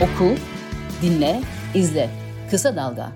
Oku, dinle, izle. Kısa Dalga.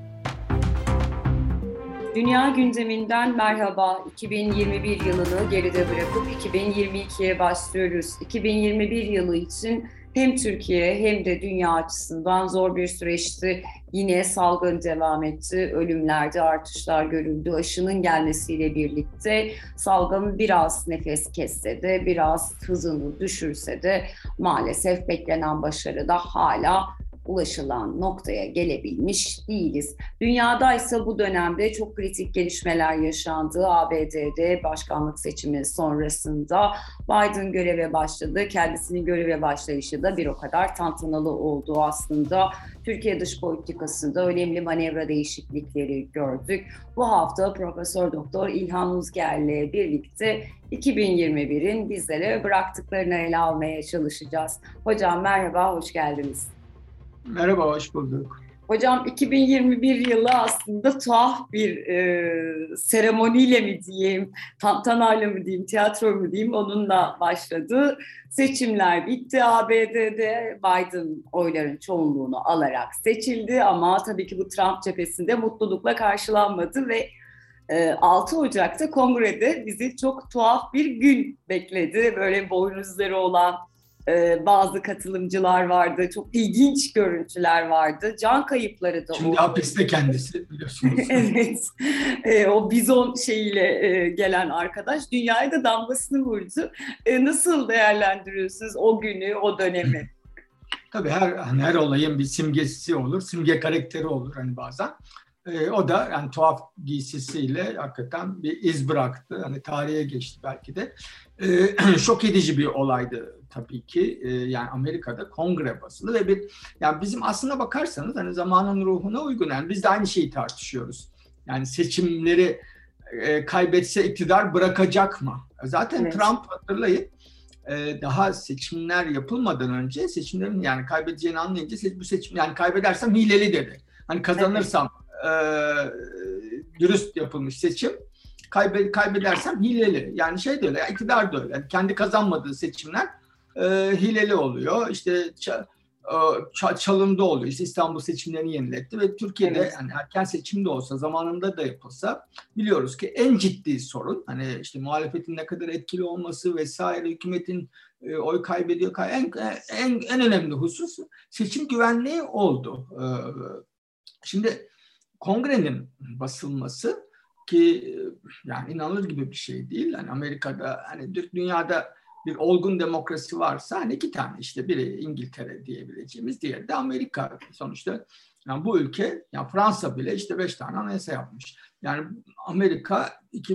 Dünya gündeminden merhaba. 2021 yılını geride bırakıp 2022'ye başlıyoruz. 2021 yılı için hem Türkiye hem de dünya açısından zor bir süreçti. Yine salgın devam etti. Ölümlerde artışlar görüldü. Aşının gelmesiyle birlikte salgın biraz nefes kesse de, biraz hızını düşürse de maalesef beklenen başarı da hala ulaşılan noktaya gelebilmiş değiliz. Dünyada ise bu dönemde çok kritik gelişmeler yaşandı. ABD'de başkanlık seçimi sonrasında Biden göreve başladı. Kendisinin göreve başlayışı da bir o kadar tantanalı oldu aslında. Türkiye dış politikasında önemli manevra değişiklikleri gördük. Bu hafta Profesör Doktor İlhan Uzger'le birlikte 2021'in bizlere bıraktıklarını ele almaya çalışacağız. Hocam merhaba, hoş geldiniz. Merhaba, hoş bulduk. Hocam 2021 yılı aslında tuhaf bir seremoniyle mi diyeyim, tantanayla mı diyeyim, tiyatro mu diyeyim, onunla başladı. Seçimler bitti ABD'de, Biden oyların çoğunluğunu alarak seçildi ama tabii ki bu Trump cephesinde mutlulukla karşılanmadı ve 6 Ocak'ta kongrede bizi çok tuhaf bir gün bekledi. Böyle boynuzları olan bazı katılımcılar vardı. Çok ilginç görüntüler vardı. Can kayıpları da oldu. Şimdi hapiste kendisi biliyorsunuz. Evet. O bizon şeyiyle gelen arkadaş dünyaya da damgasını vurdu. Nasıl değerlendiriyorsunuz o günü, o dönemi? Tabii her olayın bir simgesi olur, simge karakteri olur hani bazen. O da yani tuhaf giysisiyle hakikaten bir iz bıraktı. Hani tarihe geçti belki de. Şok edici bir olaydı tabii ki. Yani Amerika'da kongre basılı ve yani bizim aslına bakarsanız hani zamanın ruhuna uygun. Yani biz de aynı şeyi tartışıyoruz. Yani seçimleri kaybetse iktidar bırakacak mı? Zaten evet. Trump hatırlayın. Daha seçimler yapılmadan önce seçimlerin yani kaybedeceğini anlayınca bu seçim yani kaybedersem hileli dedi. Hani kazanırsam dürüst yapılmış seçim, kaybedersem hileli. Yani şey de öyle, iktidar da öyle. Yani kendi kazanmadığı seçimler hileli oluyor. İşte çalımda oluyor. İşte İstanbul seçimlerini yeniletti ve Türkiye'de evet. Yani erken seçim de olsa, zamanında da yapılsa biliyoruz ki en ciddi sorun hani işte muhalefetin ne kadar etkili olması vesaire, hükümetin oy kaybediyor. En önemli husus seçim güvenliği oldu. Şimdi kongrenin basılması ki yani inanılır gibi bir şey değil. Yani Amerika'da hani dünyada bir olgun demokrasi varsa hani iki tane işte biri İngiltere diyebileceğimiz, diğeri de Amerika. Sonuçta yani bu ülke yani Fransa bile işte 5 tane anayasa yapmış. Yani Amerika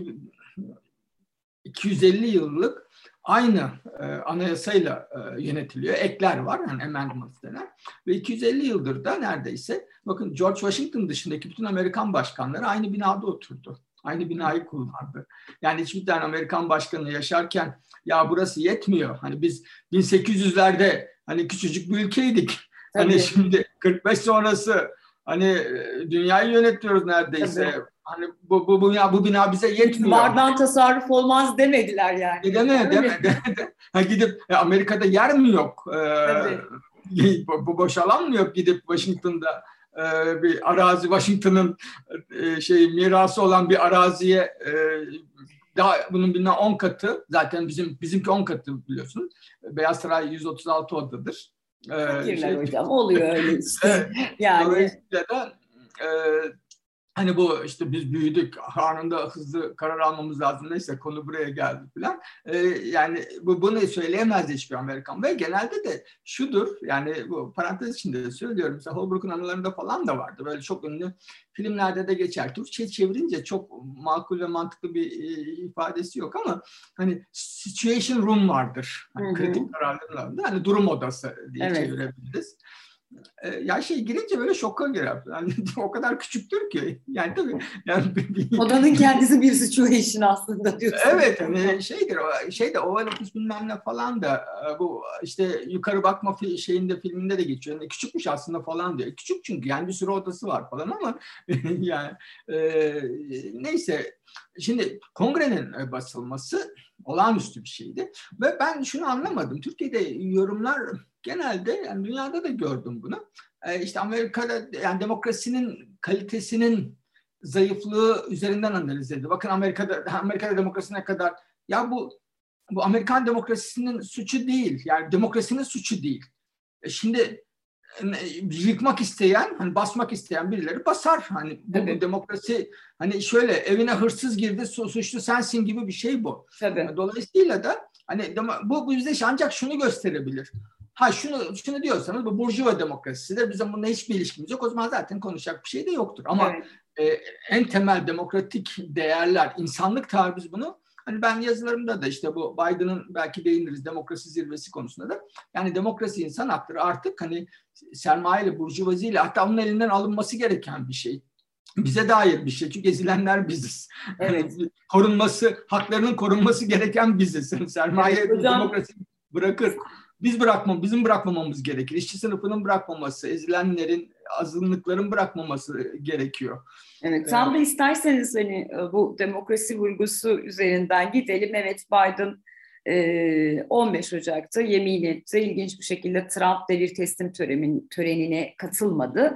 250 yıllık aynı anayasayla yönetiliyor. Ekler var yani amendments denen. Ve 250 yıldır da neredeyse bakın George Washington dışındaki bütün Amerikan başkanları aynı binada oturdu. Aynı binayı kullandı. Yani hiçbir tane Amerikan başkanı yaşarken ya burası yetmiyor. Hani biz 1800'lerde hani küçücük bir ülkeydik. Tabii. Hani şimdi 45 sonrası hani dünyayı yönetiyoruz neredeyse. Tabii. Hani bu bina bize yetmiyor. Vardan tasarruf olmaz demediler yani. Demedi. Gidip Amerika'da yer mi yok? Bu boş alan mı yok gidip Washington'da bir arazi, Washington'ın mirası olan bir araziye daha bunun bilmem 10 katı, zaten bizimki 10 katı biliyorsun. Beyaz Saray 136 odadır. Hocam oluyor öyle işte. Yani. Dolayısıyla da hani bu işte biz büyüdük, anında hızlı karar almamız lazım, neyse konu buraya geldi falan. Yani bunu söyleyemez hiçbir Amerikan ve genelde de şudur, yani bu parantez içinde de söylüyorum, mesela Holbrook'un anılarında falan da vardı, böyle çok ünlü filmlerde de geçer. Türkçe çevirince çok makul ve mantıklı bir ifadesi yok ama hani situation room vardır, hani kritik kararların alanında, hani durum odası diye evet. Çevirebiliriz. Ya girince böyle şoka girer. Yani o kadar küçüktür ki. Yani tabii. Yani odanın kendisi bir situation aslında diyorsun. Evet. Hani Oval Office bilmem ne falan da bu işte yukarı bakma filminde de geçiyor. Yani küçükmüş aslında falan diyor. Küçük çünkü yani bir sürü odası var falan ama yani neyse. Şimdi kongrenin basılması Olağanüstü bir şeydi. Ve ben şunu anlamadım. Türkiye'de yorumlar genelde, yani dünyada da gördüm bunu. İşte Amerika'da yani demokrasinin kalitesinin zayıflığı üzerinden analiz edildi. Bakın Amerika'da demokrasi ne kadar, ya bu Amerikan demokrasisinin suçu değil. Yani demokrasinin suçu değil. Şimdi yıkmak isteyen, hani basmak isteyen birileri basar. Hani bu demokrasi, hani şöyle evine hırsız girdi, suçlu sensin gibi bir şey bu. Tabii. Dolayısıyla da hani bu yüzdeş ancak şunu gösterebilir. Şunu diyorsanız bu burjuva demokrasisidir. Bizim bununla hiçbir ilişkimiz yok. O zaman zaten konuşacak bir şey de yoktur. Ama en temel demokratik değerler, insanlık tarihi, biz bunu, hani ben yazılarımda da işte bu Biden'ın, belki değiniriz, demokrasi zirvesi konusunda da, yani demokrasi, insan hakları artık hani sermayeyle, burjuvaziyle, hatta onun elinden alınması gereken bir şey. Bize dair bir şey. Çünkü ezilenler biziz. Evet. Haklarının korunması gereken biziz. Sermaye demokrasi bırakır. Bizim bırakmamamız gerekir. İşçi sınıfının bırakmaması, ezilenlerin, azınlıkların bırakmaması gerekiyor. Evet, tam da isterseniz hani bu demokrasi vurgusu üzerinden gidelim. Evet, Biden 15 Ocak'ta yemin etti. İlginç bir şekilde Trump devir teslim törenine katılmadı.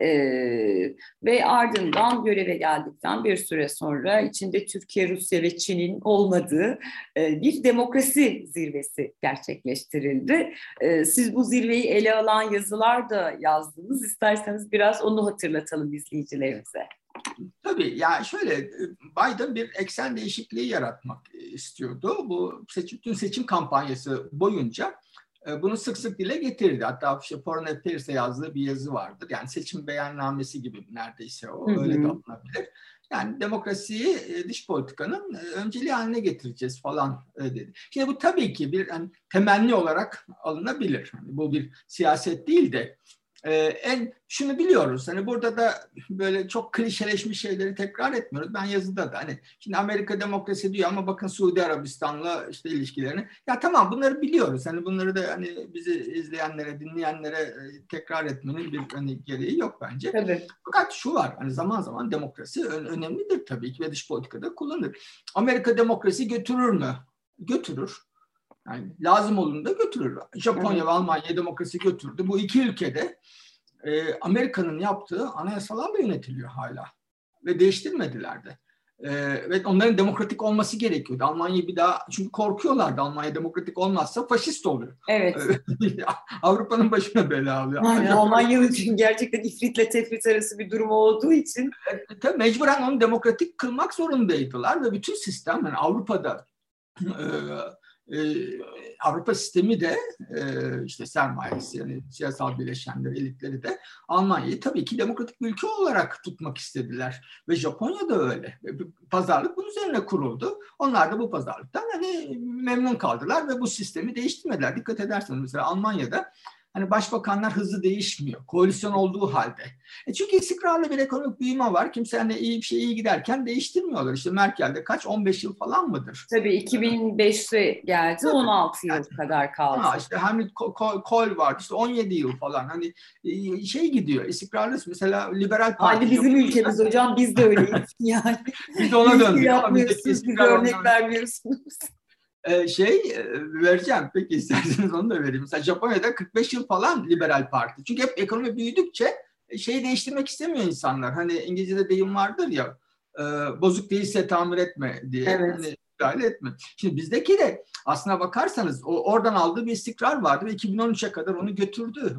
Ve ardından göreve geldikten bir süre sonra içinde Türkiye, Rusya ve Çin'in olmadığı bir demokrasi zirvesi gerçekleştirildi. Siz bu zirveyi ele alan yazılar da yazdınız. İsterseniz biraz onu hatırlatalım izleyicilerimize. Tabii ya şöyle, Biden bir eksen değişikliği yaratmak istiyordu. Bu bütün seçim kampanyası boyunca bunu sık sık dile getirdi. Hatta Foreign Affairs'e yazdığı bir yazı vardır. Yani seçim beyannamesi gibi neredeyse o, öyle de alınabilir. Yani demokrasiyi dış politikanın önceliği haline getireceğiz falan dedi. Şimdi bu tabii ki bir yani temenni olarak alınabilir. Yani bu bir siyaset değil de şunu biliyoruz. Hani burada da böyle çok klişeleşmiş şeyleri tekrar etmiyoruz. Ben yazıda da hani şimdi Amerika demokrasi diyor ama bakın Suudi Arabistan'la işte ilişkilerini. Ya tamam, bunları biliyoruz. Hani bunları da hani bizi izleyenlere, dinleyenlere tekrar etmenin bir hani gereği yok bence. Tabii. Fakat şu var. Hani zaman zaman demokrasi önemlidir tabii ki ve dış politikada kullanılır. Amerika demokrasi götürür mü? Götürür. Yani lazım olduğunda götürür. Japonya ve Almanya demokrasi götürdü. Bu iki ülkede Amerika'nın yaptığı anayasalarla yönetiliyor hala. Ve değiştirmediler de. Ve onların demokratik olması gerekiyordu. Almanya'yı bir daha, çünkü korkuyorlardı, Almanya demokratik olmazsa faşist oluyor. Evet. Avrupa'nın başına bela alıyor. Yani Almanya'nın gerçekten ifritle tefrit arası bir durum olduğu için. Tabii mecburen onu demokratik kılmak zorundaydılar ve bütün sistem, yani Avrupa'da Avrupa sistemi de işte sermayesi, yani siyasal bileşenleri, elitleri de Almanya'yı tabii ki demokratik bir ülke olarak tutmak istediler. Ve Japonya da öyle. Pazarlık bunun üzerine kuruldu. Onlar da bu pazarlıktan hani memnun kaldılar ve bu sistemi değiştirmediler. Dikkat ederseniz mesela Almanya'da hani başbakanlar hızlı değişmiyor. Koalisyon olduğu halde. Çünkü istikrarlı bir ekonomik büyüme var. Kimse hani iyi giderken değiştirmiyorlar. İşte Merkel'de 15 yıl falan mıdır? Tabii 2005'te geldi, 16 yıl kadar kaldı. İşte Helmut Kohl var, işte 17 yıl falan. Hani gidiyor, istikrarlı. Mesela Liberal Parti. Aynı bizim ülkemiz hocam, biz de öyleyiz yani. Biz de ona döndük. Yapmıyorsunuz, bir örnek vermiyorsunuz. Vereceğim. Peki isterseniz onu da vereyim. Mesela Japonya'da 45 yıl falan Liberal Parti. Çünkü hep ekonomi büyüdükçe değiştirmek istemiyor insanlar. Hani İngilizce'de deyim vardır ya, bozuk değilse tamir etme diye. Evet. Hani müdahale etme. Şimdi bizdeki de aslına bakarsanız oradan aldığı bir istikrar vardı ve 2013'e kadar onu götürdü.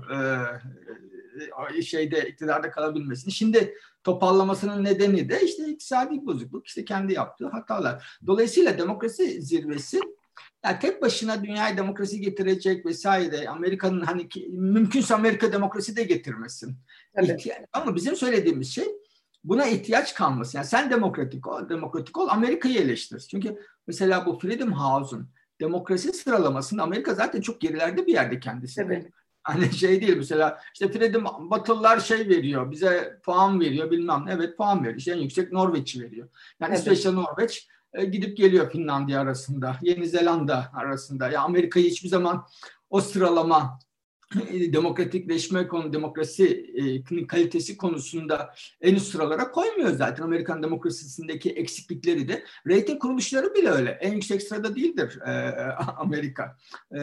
İktidarda kalabilmesini. Şimdi toparlamasının nedeni de işte iktisadi bozukluk, işte kendi yaptığı hatalar. Dolayısıyla demokrasi zirvesi yani tek başına dünyaya demokrasi getirecek vesaire, Amerika'nın hani mümkünse Amerika demokrasi de getirmesin. Ama bizim söylediğimiz şey buna ihtiyaç kalması. Yani sen demokratik ol, Amerika'yı eleştir. Çünkü mesela bu Freedom House'un demokrasi sıralamasında Amerika zaten çok gerilerde bir yerde kendisi. Tabii. Hani değil mesela, işte Freedom, Batılılar veriyor, bize puan veriyor bilmem ne. Evet, puan veriyor. İşte en yüksek Norveç'i veriyor. Yani İsveç'le Norveç gidip geliyor Finlandiya arasında, Yeni Zelanda arasında. Ya Amerika'yı hiçbir zaman o sıralama demokratikleşme demokrasi kalitesi konusunda en üst sıralara koymuyor zaten. Amerikan demokrasisindeki eksiklikleri de reyting kuruluşları bile öyle. En yüksek sırada değildir Amerika.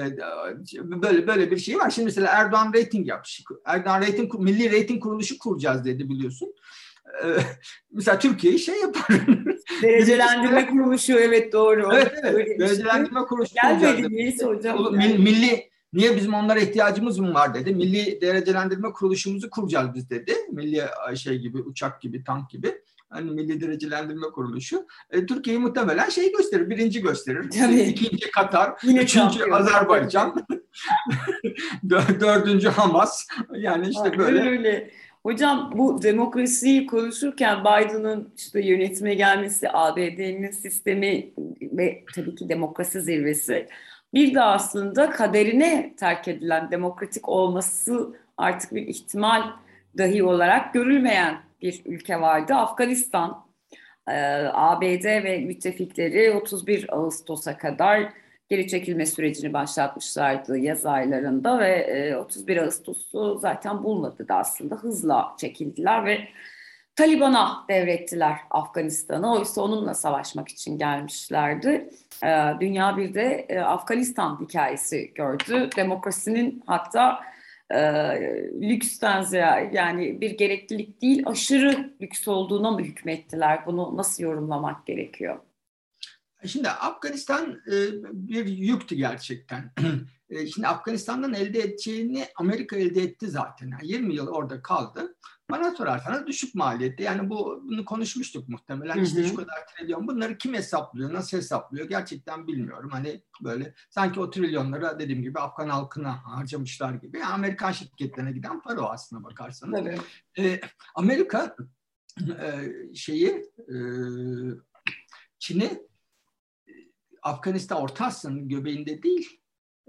Böyle bir şey var. Şimdi mesela Erdoğan reyting yapmış. Erdoğan milli reyting kuruluşu kuracağız dedi biliyorsun. Mesela Türkiye'yi şey yapar. Derecelendirme kuruluşu, evet doğru. Evet. Derecelendirme kuruluşu kuracağız dedi. Hocam. Milli niye bizim onlara ihtiyacımız mı var dedi. Milli derecelendirme kuruluşumuzu kuracağız biz dedi. Milli şey gibi, uçak gibi, tank gibi. Hani milli derecelendirme kuruluşu. Türkiye'yi muhtemelen şey gösterir, birinci gösterir. Tabii. İkinci Katar, yine üçüncü Azerbaycan, dördüncü Hamas. Yani işte böyle. Öyle. Hocam bu demokrasiyi konuşurken Biden'ın işte yönetime gelmesi, ABD'nin sistemi ve tabii ki demokrasi zirvesi, bir de aslında kaderine terk edilen demokratik olması artık bir ihtimal dahi olarak görülmeyen bir ülke vardı. Afganistan, ABD ve müttefikleri 31 Ağustos'a kadar geri çekilme sürecini başlatmışlardı yaz aylarında ve 31 Ağustos'u zaten bulmadı da aslında hızla çekildiler ve Taliban'a devrettiler Afganistan'ı. Oysa onunla savaşmak için gelmişlerdi. Dünya bir de Afganistan hikayesi gördü. Demokrasinin hatta lüksten ziyade, yani bir gereklilik değil aşırı lüks olduğuna mı hükmettiler? Bunu nasıl yorumlamak gerekiyor? Şimdi Afganistan bir yüktü gerçekten. Şimdi Afganistan'dan elde edeceğini Amerika elde etti zaten. Yani 20 yıl orada kaldı. Bana sorarsanız düşük maliyette. Yani bunu konuşmuştuk muhtemelen. İşte şu kadar trilyon. Bunları kim hesaplıyor, nasıl hesaplıyor gerçekten bilmiyorum. Hani böyle sanki o trilyonları dediğim gibi Afgan halkına harcamışlar gibi. Yani Amerikan şirketlerine giden para o aslına bakarsanız. Amerika Çin'i Afganistan Orta Asya'nın göbeğinde değil,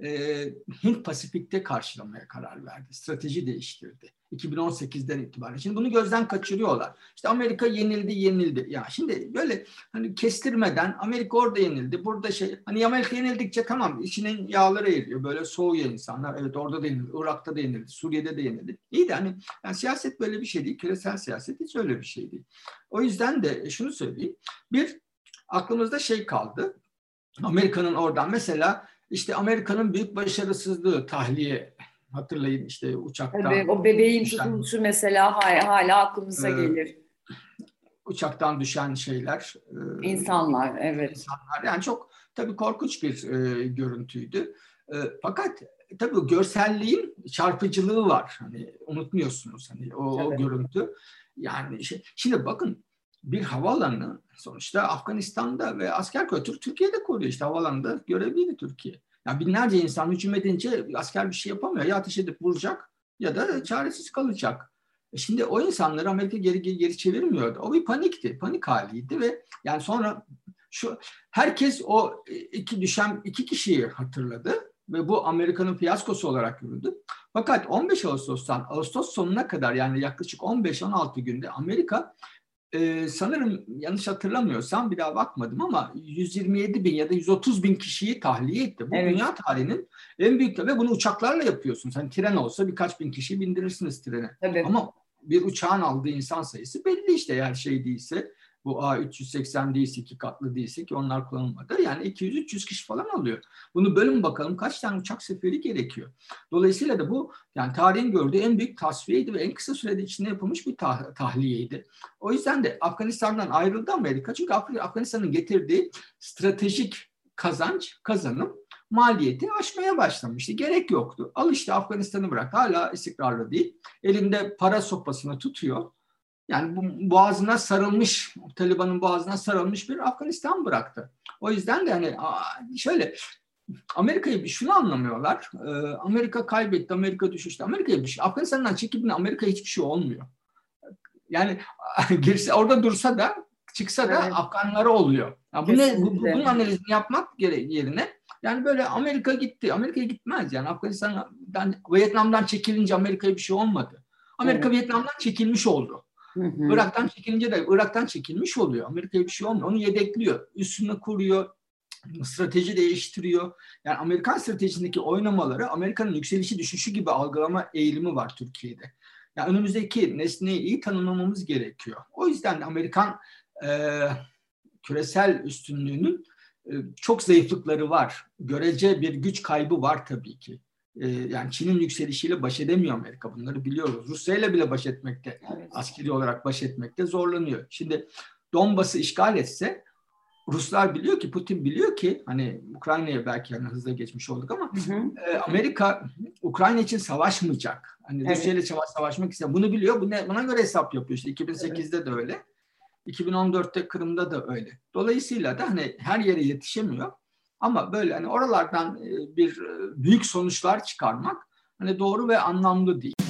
Hint Pasifik'te karşılamaya karar verdi. Strateji değiştirdi. 2018'den itibaren. Şimdi bunu gözden kaçırıyorlar. İşte Amerika yenildi. Ya şimdi böyle hani kestirmeden Amerika orada yenildi. Burada hani Amerika yenildikçe tamam içinin yağları eriyor. Böyle soğuyor insanlar. Evet orada da yenildi. Irak'ta da yenildi. Suriye'de de yenildi. İyi de hani yani siyaset böyle bir şey değil. Küresel siyaset hiç öyle bir şey değil. O yüzden de şunu söyleyeyim. Bir aklımızda kaldı. Amerika'nın oradan mesela işte Amerika'nın büyük başarısızlığı tahliye hatırlayın işte uçaktan. Tabii, o bebeğin tutuluşu mesela hala aklımıza gelir. Uçaktan düşen şeyler. İnsanlar, evet. İnsanlar. Yani çok tabii korkunç bir görüntüydü. Fakat tabii görselliğin çarpıcılığı var. Hani unutmuyorsunuz hani o görüntü. Yani şimdi bakın bir havaalanı sonuçta Afganistan'da ve asker koruyor. Türkiye'de koruyor işte havaalanında görevliydi Türkiye. Yani binlerce insan hücum edince asker bir şey yapamıyor. Ya ateş edip vuracak ya da çaresiz kalacak. Şimdi o insanları Amerika geri çevirmiyordu. O bir panikti. Panik haliydi ve yani sonra herkes o düşen iki kişiyi hatırladı ve bu Amerika'nın fiyaskosu olarak görüldü. Fakat 15 Ağustos'tan Ağustos sonuna kadar yani yaklaşık 15-16 günde Amerika sanırım yanlış hatırlamıyorsam bir daha bakmadım ama 127 bin ya da 130 bin kişiyi tahliye etti. Bu dünya tarihinin en büyük ve bunu uçaklarla yapıyorsunuz. Hani tren olsa birkaç bin kişiyi bindirirsiniz trene. Evet. Ama bir uçağın aldığı insan sayısı belli işte eğer değilse. Bu A380 değilse, 2 katlı değilse ki onlar kullanılmadı. Yani 200-300 kişi falan alıyor. Bunu bölün bakalım kaç tane uçak seferi gerekiyor. Dolayısıyla da bu yani tarihin gördüğü en büyük tasfiyeydi ve en kısa sürede içinde yapılmış bir tahliyeydi. O yüzden de Afganistan'dan ayrıldı Amerika. Çünkü Afganistan'ın getirdiği stratejik kazanım maliyeti aşmaya başlamıştı. Gerek yoktu. Al işte Afganistan'ı bırak. Hala istikrarlı değil. Elinde para sopasını tutuyor. Yani bu boğazına sarılmış, Taliban'ın boğazına sarılmış bir Afganistan bıraktı. O yüzden de hani Amerika'yı şunu anlamıyorlar. Amerika kaybetti, Amerika düşüştü. Amerika'ya bir şey. Afganistan'dan çekildiğinde Amerika'ya hiçbir şey olmuyor. Yani girse orada dursa da çıksa da Afganlara oluyor. Yani bunun analizini yapmak yerine yani böyle Amerika gitti. Amerika'ya gitmez yani Afganistan'dan, Vietnam'dan çekilince Amerika'ya bir şey olmadı. Amerika Vietnam'dan çekilmiş oldu. Irak'tan çekilince de Irak'tan çekilmiş oluyor. Amerika'ya bir şey olmuyor. Onu yedekliyor. Üstünü kuruyor. strateji değiştiriyor. Yani Amerikan stratejisindeki oynamaları Amerika'nın yükselişi düşüşü gibi algılama eğilimi var Türkiye'de. Yani önümüzdeki nesneyi iyi tanımlamamız gerekiyor. O yüzden Amerikan küresel üstünlüğünün çok zayıflıkları var. Görece bir güç kaybı var tabii ki. Yani Çin'in yükselişiyle baş edemiyor Amerika. Bunları biliyoruz. Rusya ile bile baş etmekte, askeri olarak baş etmekte zorlanıyor. Şimdi Donbas'ı işgal etse Ruslar biliyor ki, Putin biliyor ki hani Ukrayna'ya belki yani hızla geçmiş olduk ama Amerika Ukrayna için savaşmayacak. Hani Rusya ile savaşmak istiyor. Bunu biliyor. Buna göre hesap yapıyor. İşte 2008'de de öyle. 2014'te Kırım'da da öyle. Dolayısıyla da hani her yere yetişemiyor. Ama böyle hani oralardan bir büyük sonuçlar çıkarmak hani doğru ve anlamlı değil.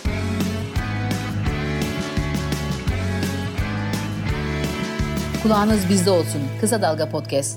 Kulağınız bizde olsun. Kısa Dalga Podcast.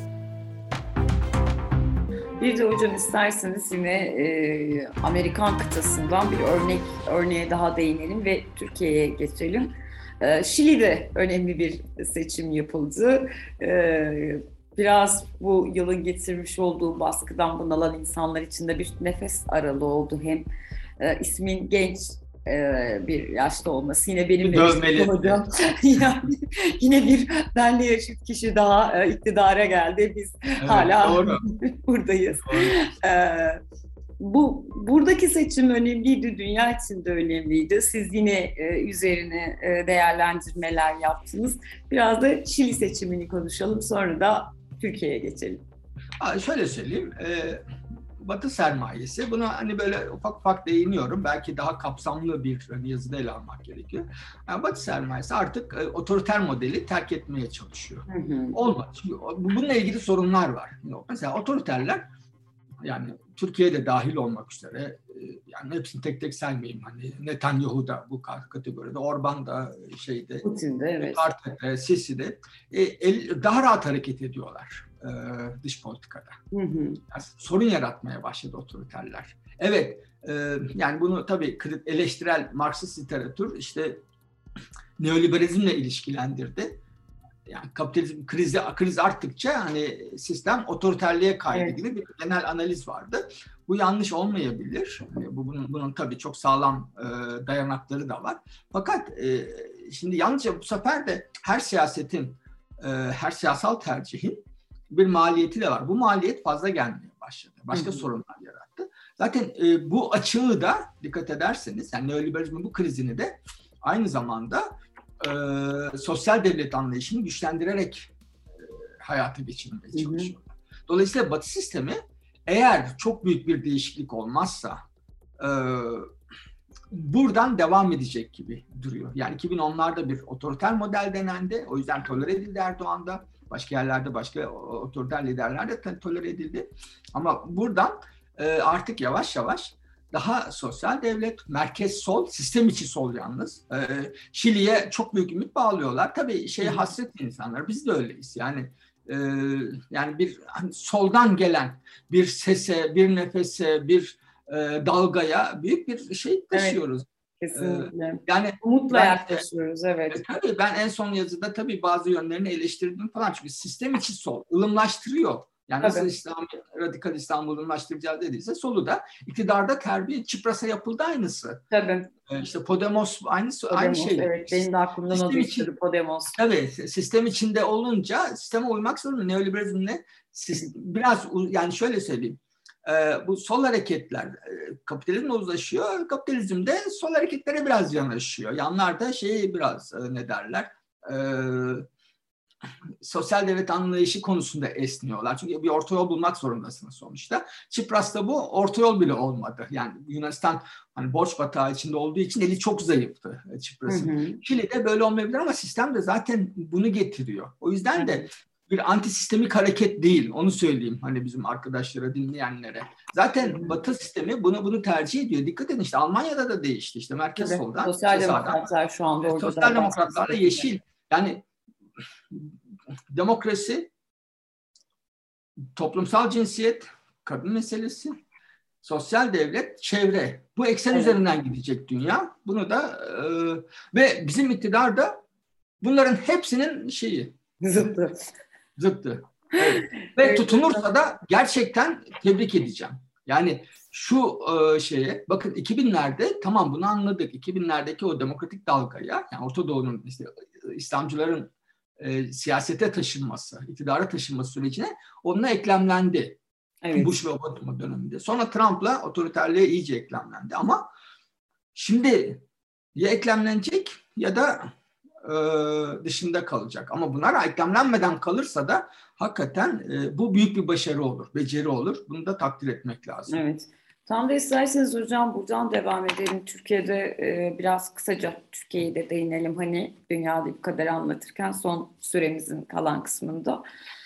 Bir de hocam isterseniz yine Amerikan kıtasından bir örneğe daha değinelim ve Türkiye'ye geçelim. Şili'de önemli bir seçim yapıldı. Biraz bu yılın getirmiş olduğu baskıdan bunalan insanlar için de bir nefes aralığı oldu. Hem ismin genç bir yaşta olması, yine benimle yaşıt hocam. Yani yine bir benle yaşıt kişi daha iktidara geldi. Biz hala buradayız. Buradaki seçim önemliydi, dünya için de önemliydi. Siz yine üzerine değerlendirmeler yaptınız. Biraz da Şili seçimini konuşalım, sonra da Türkiye'ye geçelim. Şöyle söyleyeyim, Batı sermayesi, buna hani böyle ufak ufak değiniyorum. Belki daha kapsamlı bir yazıda ele almak gerekiyor. Yani Batı sermayesi artık otoriter modeli terk etmeye çalışıyor. Olmadı. Çünkü bununla ilgili sorunlar var. Mesela otoriterler, yani Türkiye'de dahil olmak üzere, yani hepsini tek tek saymayayım. Hani Netanyahu da bu kategoride, Orban da şeyde, Putin'de, evet. Sisi'de daha rahat hareket ediyorlar dış politikada. Yani sorun yaratmaya başladı otoriterler. Evet, yani bunu tabii eleştirel Marksist literatür işte neoliberalizmle ilişkilendirdi. Yani kapitalizm kriz arttıkça hani sistem otoriterliğe kaydı gibi bir genel analiz vardı. Bu yanlış olmayabilir. Bunun tabii çok sağlam dayanakları da var. Fakat şimdi yalnızca bu sefer de her siyasetin, her siyasal tercihin bir maliyeti de var. Bu maliyet fazla gelmeye başladı. Başka sorunlar yarattı. Zaten bu açığı da dikkat ederseniz, yani neoliberalizmin bu krizini de aynı zamanda sosyal devlet anlayışını güçlendirerek hayata geçirmeye çalışıyorlar. Dolayısıyla Batı sistemi eğer çok büyük bir değişiklik olmazsa buradan devam edecek gibi duruyor. Yani 2010'larda bir otoriter model denendi. O yüzden tolere edildi Erdoğan'da. Başka yerlerde başka otoriter liderler de tolere edildi. Ama buradan artık yavaş yavaş daha sosyal devlet, merkez sol, sistem içi sol yalnız. Şili'ye çok büyük ümit bağlıyorlar. Tabii hasret insanlar, biz de öyleyiz. Yani bir hani soldan gelen bir sese, bir nefese, bir dalgaya büyük bir şey taşıyoruz. Evet, kesinlikle. Yani umutla yaklaşıyoruz, evet. Tabii ben en son yazıda tabii bazı yönlerini eleştirdim falan. Çünkü sistem içi sol ılımlaştırıyor. Yani nasıl radikal İslam'ı ılımlaştıracağız dediyse solu da iktidarda terbiye, Çipras'a yapıldı aynısı. Tabii. İşte Podemos aynı şey. Evet, benim de aklımdan o geçti, Podemos. Tabii sistem içinde olunca sisteme uymak zorunda. Neoliberalizmle biraz, yani şöyle söyleyeyim. Bu sol hareketler kapitalizmle uzlaşıyor. Kapitalizm de sol hareketlere biraz yanaşıyor. Yanlar da biraz ne derler? Sosyal devlet anlayışı konusunda esniyorlar. Çünkü bir orta yol bulmak zorundasınız sonuçta. Çipras'ta bu orta yol bile olmadı. Yani Yunanistan hani borç batağı içinde olduğu için eli çok zayıftı Çipras'ın. Şili'de böyle olmayabilir ama sistem de zaten bunu getiriyor. O yüzden de bir antisistemik hareket değil. Onu söyleyeyim hani bizim arkadaşlara, dinleyenlere. Zaten Batı sistemi bunu tercih ediyor. Dikkat edin, işte Almanya'da da değişti. İşte merkez soldan. Sosyal demokratlar şu anda orada. Sosyal demokratlarla yeşil. Yani demokrasi, toplumsal cinsiyet, kadın meselesi, sosyal devlet, çevre. Bu eksen üzerinden gidecek dünya. Bunu da ve bizim iktidar da bunların hepsinin zıttı. Evet. Ve tutunursa da gerçekten tebrik edeceğim. Yani şu şeye bakın 2000'lerde tamam bunu anladık. 2000'lerdeki o demokratik dalgaya yani Orta Doğu'nun işte, İslamcıların siyasete taşınması, iktidara taşınması sürecine onunla eklemlendi. Evet. Bush ve Obama döneminde. Sonra Trump'la otoriterliğe iyice eklemlendi. Ama şimdi ya eklemlenecek ya da dışında kalacak. Ama bunlar eklemlenmeden kalırsa da hakikaten bu büyük bir başarı olur, beceri olur. Bunu da takdir etmek lazım. Evet. Tam da isterseniz hocam buradan devam edelim. Türkiye'de biraz kısaca Türkiye'ye de değinelim. Hani dünyada bu kadar anlatırken son süremizin kalan kısmında.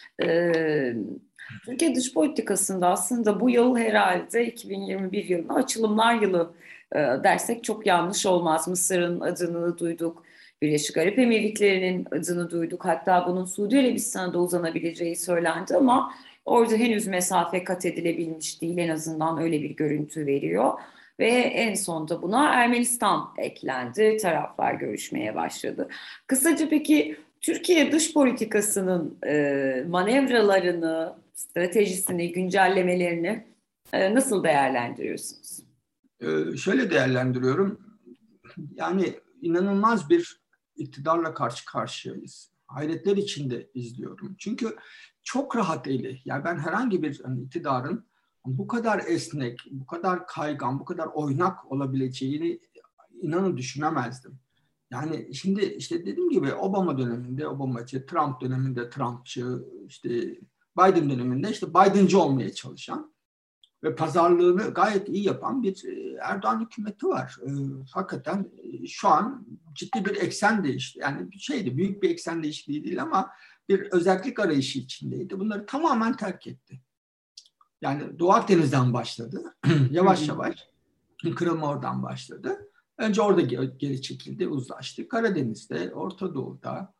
Türkiye dış politikasında aslında bu yıl herhalde 2021 yılında açılımlar yılı dersek çok yanlış olmaz. Mısır'ın adını duyduk. Birleşik Arap Emirlikleri'nin adını duyduk. Hatta bunun Suudi Arabistan'a da uzanabileceği söylendi ama orada henüz mesafe kat edilebilmiş değil. En azından öyle bir görüntü veriyor. Ve en sonunda buna Ermenistan eklendi. Taraflar görüşmeye başladı. Kısaca peki Türkiye dış politikasının manevralarını, stratejisini, güncellemelerini nasıl değerlendiriyorsunuz? Şöyle değerlendiriyorum. Yani inanılmaz bir iktidarla karşı karşıyayız. Hayretler içinde izliyorum. Çünkü çok rahat eli. Yani ben herhangi bir iktidarın bu kadar esnek, bu kadar kaygan, bu kadar oynak olabileceğini inanın düşünemezdim. Yani şimdi işte dediğim gibi Obama döneminde Obamacı, Trump döneminde Trumpçı, işte Biden döneminde işte Biden'cı olmaya çalışan ve pazarlığını gayet iyi yapan bir Erdoğan hükümeti var. Hakikaten şu an ciddi bir eksen değişti. Yani bir şeydi, büyük bir eksen değişikliği değil ama bir özellik arayışı içindeydi. Bunları tamamen terk etti. Yani Doğu Akdeniz'den başladı. Yavaş yavaş kırılma oradan başladı. Önce orada geri çekildi, uzlaştı. Karadeniz'de, Orta Doğu'da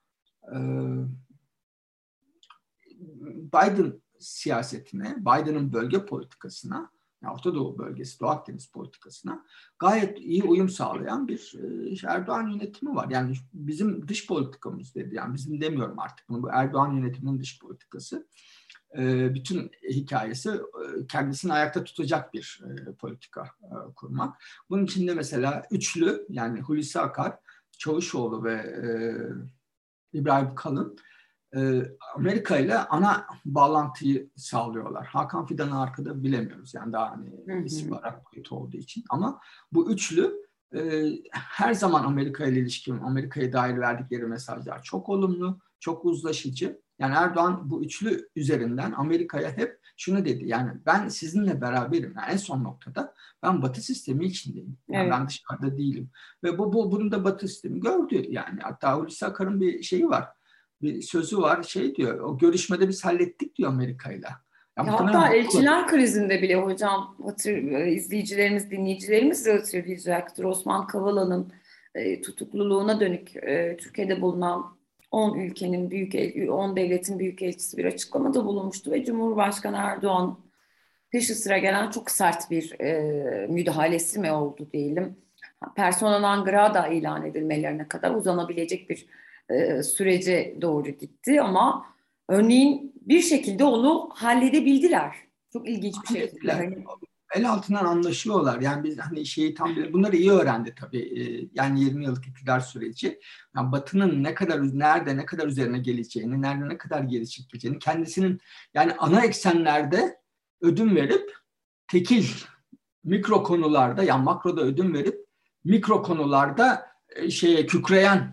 Biden siyasetine, Biden'ın bölge politikasına, yani Orta Doğu bölgesi, Doğu Akdeniz politikasına gayet iyi uyum sağlayan bir Erdoğan yönetimi var. Yani bizim dış politikamız dedi. Yani bizim demiyorum artık bunu. Bu Erdoğan yönetiminin dış politikası. Bütün hikayesi kendisini ayakta tutacak bir politika kurmak. Bunun içinde mesela üçlü yani Hulusi Akar, Çavuşoğlu ve İbrahim Kalın Amerika ile ana bağlantıyı sağlıyorlar. Hakan Fidan'ı arkada bilemiyoruz. Yani daha hani istihbarat boyutu olduğu için. Ama bu üçlü her zaman Amerika ile ilişkin, Amerika'ya dair verdikleri mesajlar çok olumlu, çok uzlaşıcı. Yani Erdoğan bu üçlü üzerinden Amerika'ya hep şunu dedi. Yani ben sizinle beraberim. Yani en son noktada ben Batı sistemi içindeyim. Yani evet. Ben dışarıda değilim. Ve bunun da Batı sistemi gördü. Yani hatta Hulusi Akar'ın bir şeyi var. Bir sözü var, şey diyor, o görüşmede biz hallettik diyor Amerika'yla. Hatta elçiler krizinde bile hocam izleyicilerimiz, dinleyicilerimiz de hatırlayacaktır. Osman Kavala'nın tutukluluğuna dönük Türkiye'de bulunan 10 ülkenin 10 devletin büyükelçisi bir açıklamada bulunmuştu ve Cumhurbaşkanı Erdoğan peşi sıra gelen çok sert bir müdahalesi mi oldu diyelim. Persona non grata ilan edilmelerine kadar uzanabilecek bir sürece doğru gitti ama örneğin bir şekilde onu halledebildiler. Çok ilginç bir şekilde. Hani... El altından anlaşıyorlar. Yani biz hani şeyi tam bunları iyi öğrendi tabii. Yani 20 yıllık iktidar süreci. Yani Batı'nın ne kadar üzerine geleceğini, nerede ne kadar geri çekileceğini, kendisinin yani ana eksenlerde ödün verip tekil mikro konularda yani makroda ödün verip mikro konularda kükreyen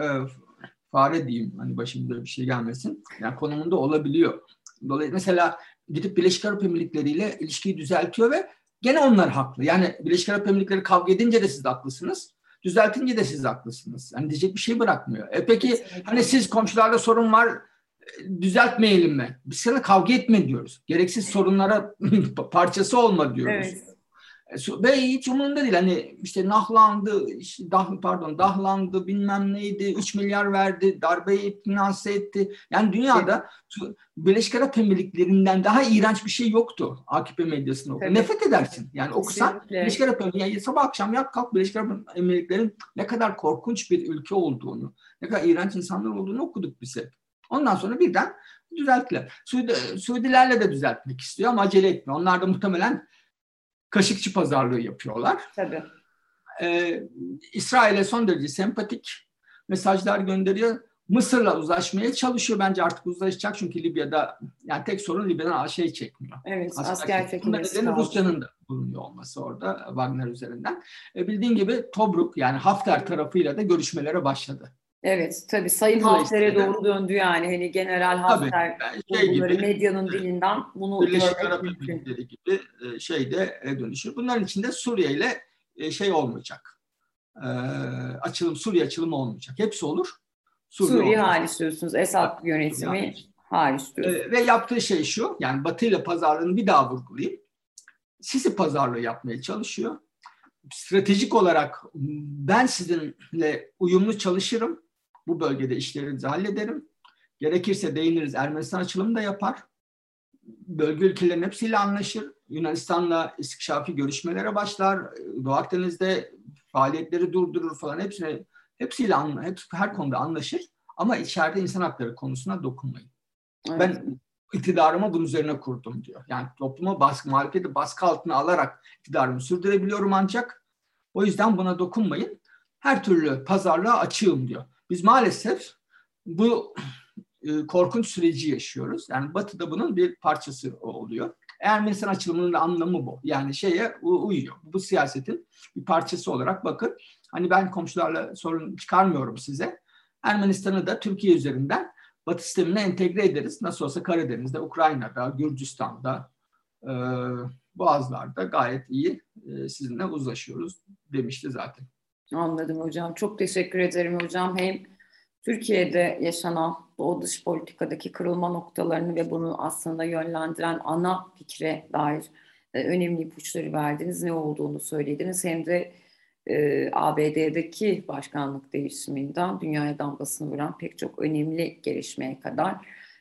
fare diyeyim hani başımda bir şey gelmesin. Yani konumunda olabiliyor. Dolayısıyla mesela gidip Birleşik Arap Emirlikleri ile ilişkiyi düzeltiyor ve gene onlar haklı. Yani Birleşik Arap Emirlikleri kavga edince de siz haklısınız. Düzeltince de siz haklısınız. Yani diyecek bir şey bırakmıyor. Peki hani siz komşularda sorun var düzeltmeyelim mi? Biz sana kavga etme diyoruz. Gereksiz sorunlara parçası olma diyoruz. Evet. Ve hiç umurunda değil. Hani işte dahlandı bilmem neydi, 3 milyar verdi, darbeyi finanse etti. Yani dünyada Birleşik Arap Emirlikleri'nden daha iğrenç bir şey yoktu AKP medyasında. Evet. Nefret edersin. Yani okusan Birleşik Arap Emirlikleri, yani sabah akşam yat kalk Birleşik Arap Emirlikleri'nin ne kadar korkunç bir ülke olduğunu, ne kadar iğrenç insanlar olduğunu okuduk biz hep. Ondan sonra birden düzelttiler. Suudilerle de düzeltmek istiyor ama acele etmiyor. Onlar da muhtemelen kaşıkçı pazarlığı yapıyorlar. Tabii. İsrail'e son derece sempatik mesajlar gönderiyor. Mısır'la uzlaşmaya çalışıyor. Bence artık uzlaşacak çünkü Libya'da yani tek sorun Libya'dan çekmiyor. Evet, asker çekilmesi. Rusya'nın da bulunuyor olması orada Wagner üzerinden. Bildiğin gibi Tobruk yani Hafter tarafıyla da görüşmelere başladı. Evet, tabii Sayın Hafter'e doğru döndü yani. Hani General Hafter bunları medyanın dilinden bunu Birleşik Arap Emirlikleri gibi şeyde dönüşür. Bunların içinde Suriye ile olmayacak. Suriye açılımı olmayacak. Hepsi olur. Suriye hariç diyorsunuz. Esad yönetimi hariç diyorsunuz. Ve yaptığı şey şu, yani Batı ile pazarlığını bir daha vurgulayayım. Sisi pazarlığı yapmaya çalışıyor. Stratejik olarak ben sizinle uyumlu çalışırım. Bu bölgede işlerinizi hallederim. Gerekirse değiniriz. Ermenistan açılımı da yapar. Bölge ülkelerin hepsiyle anlaşır. Yunanistan'la istikşafi görüşmelere başlar. Doğu Akdeniz'de faaliyetleri durdurur falan. Hepsiyle her konuda anlaşır. Ama içeride insan hakları konusuna dokunmayın. Evet. Ben iktidarımı bunun üzerine kurdum diyor. Yani topluma muhalefeti baskı altına alarak iktidarımı sürdürebiliyorum ancak. O yüzden buna dokunmayın. Her türlü pazarlığa açığım diyor. Biz maalesef bu korkunç süreci yaşıyoruz. Yani Batı'da bunun bir parçası oluyor. Ermenistan açılımının da anlamı bu. Yani uyuyor. Bu siyasetin bir parçası olarak bakın. Hani ben komşularla sorun çıkarmıyorum size. Ermenistan'ı da Türkiye üzerinden Batı sistemine entegre ederiz. Nasıl olsa Karadeniz'de, Ukrayna'da, Gürcistan'da, Boğazlar'da gayet iyi sizinle uzlaşıyoruz demişti zaten. Anladım hocam. Çok teşekkür ederim hocam. Hem Türkiye'de yaşanan o dış politikadaki kırılma noktalarını ve bunu aslında yönlendiren ana fikre dair önemli ipuçları verdiniz. Ne olduğunu söylediniz. Hem de ABD'deki başkanlık değişiminden dünyaya damgasını vuran pek çok önemli gelişmeye kadar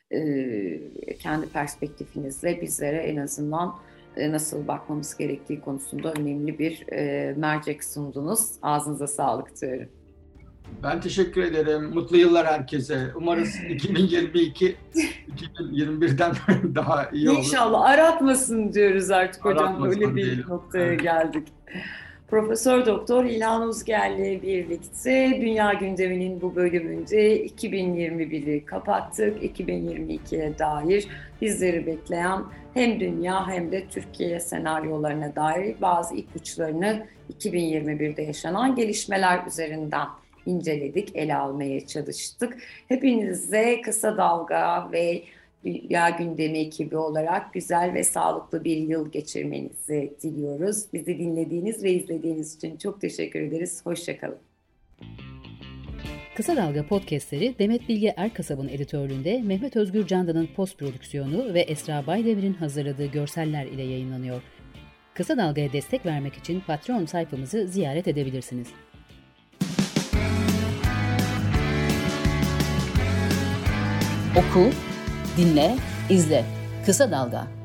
kendi perspektifinizle bizlere en azından nasıl bakmamız gerektiği konusunda önemli bir mercek sundunuz. Ağzınıza sağlık diyorum. Ben teşekkür ederim. Mutlu yıllar herkese. Umarız 2022 2021'den daha iyi olur. İnşallah aratmasın diyoruz artık hocam. Böyle bir noktaya geldik. Profesör Doktor İlhan Uzger'le birlikte Dünya Gündemi'nin bu bölümünde 2021'i kapattık. 2022'ye dair bizleri bekleyen hem dünya hem de Türkiye senaryolarına dair bazı ipuçlarını 2021'de yaşanan gelişmeler üzerinden inceledik, ele almaya çalıştık. Hepinize Kısa Dalga ve Dünya Gündemi ekibi olarak güzel ve sağlıklı bir yıl geçirmenizi diliyoruz. Bizi dinlediğiniz ve izlediğiniz için çok teşekkür ederiz. Hoşça kalın. Kısa Dalga podcastleri Demet Bilge Erkasab'ın editörlüğünde Mehmet Özgür Candan'ın post prodüksiyonu ve Esra Baydemir'in hazırladığı görseller ile yayınlanıyor. Kısa Dalga'ya destek vermek için Patreon sayfamızı ziyaret edebilirsiniz. Oku, dinle, izle. Kısa Dalga.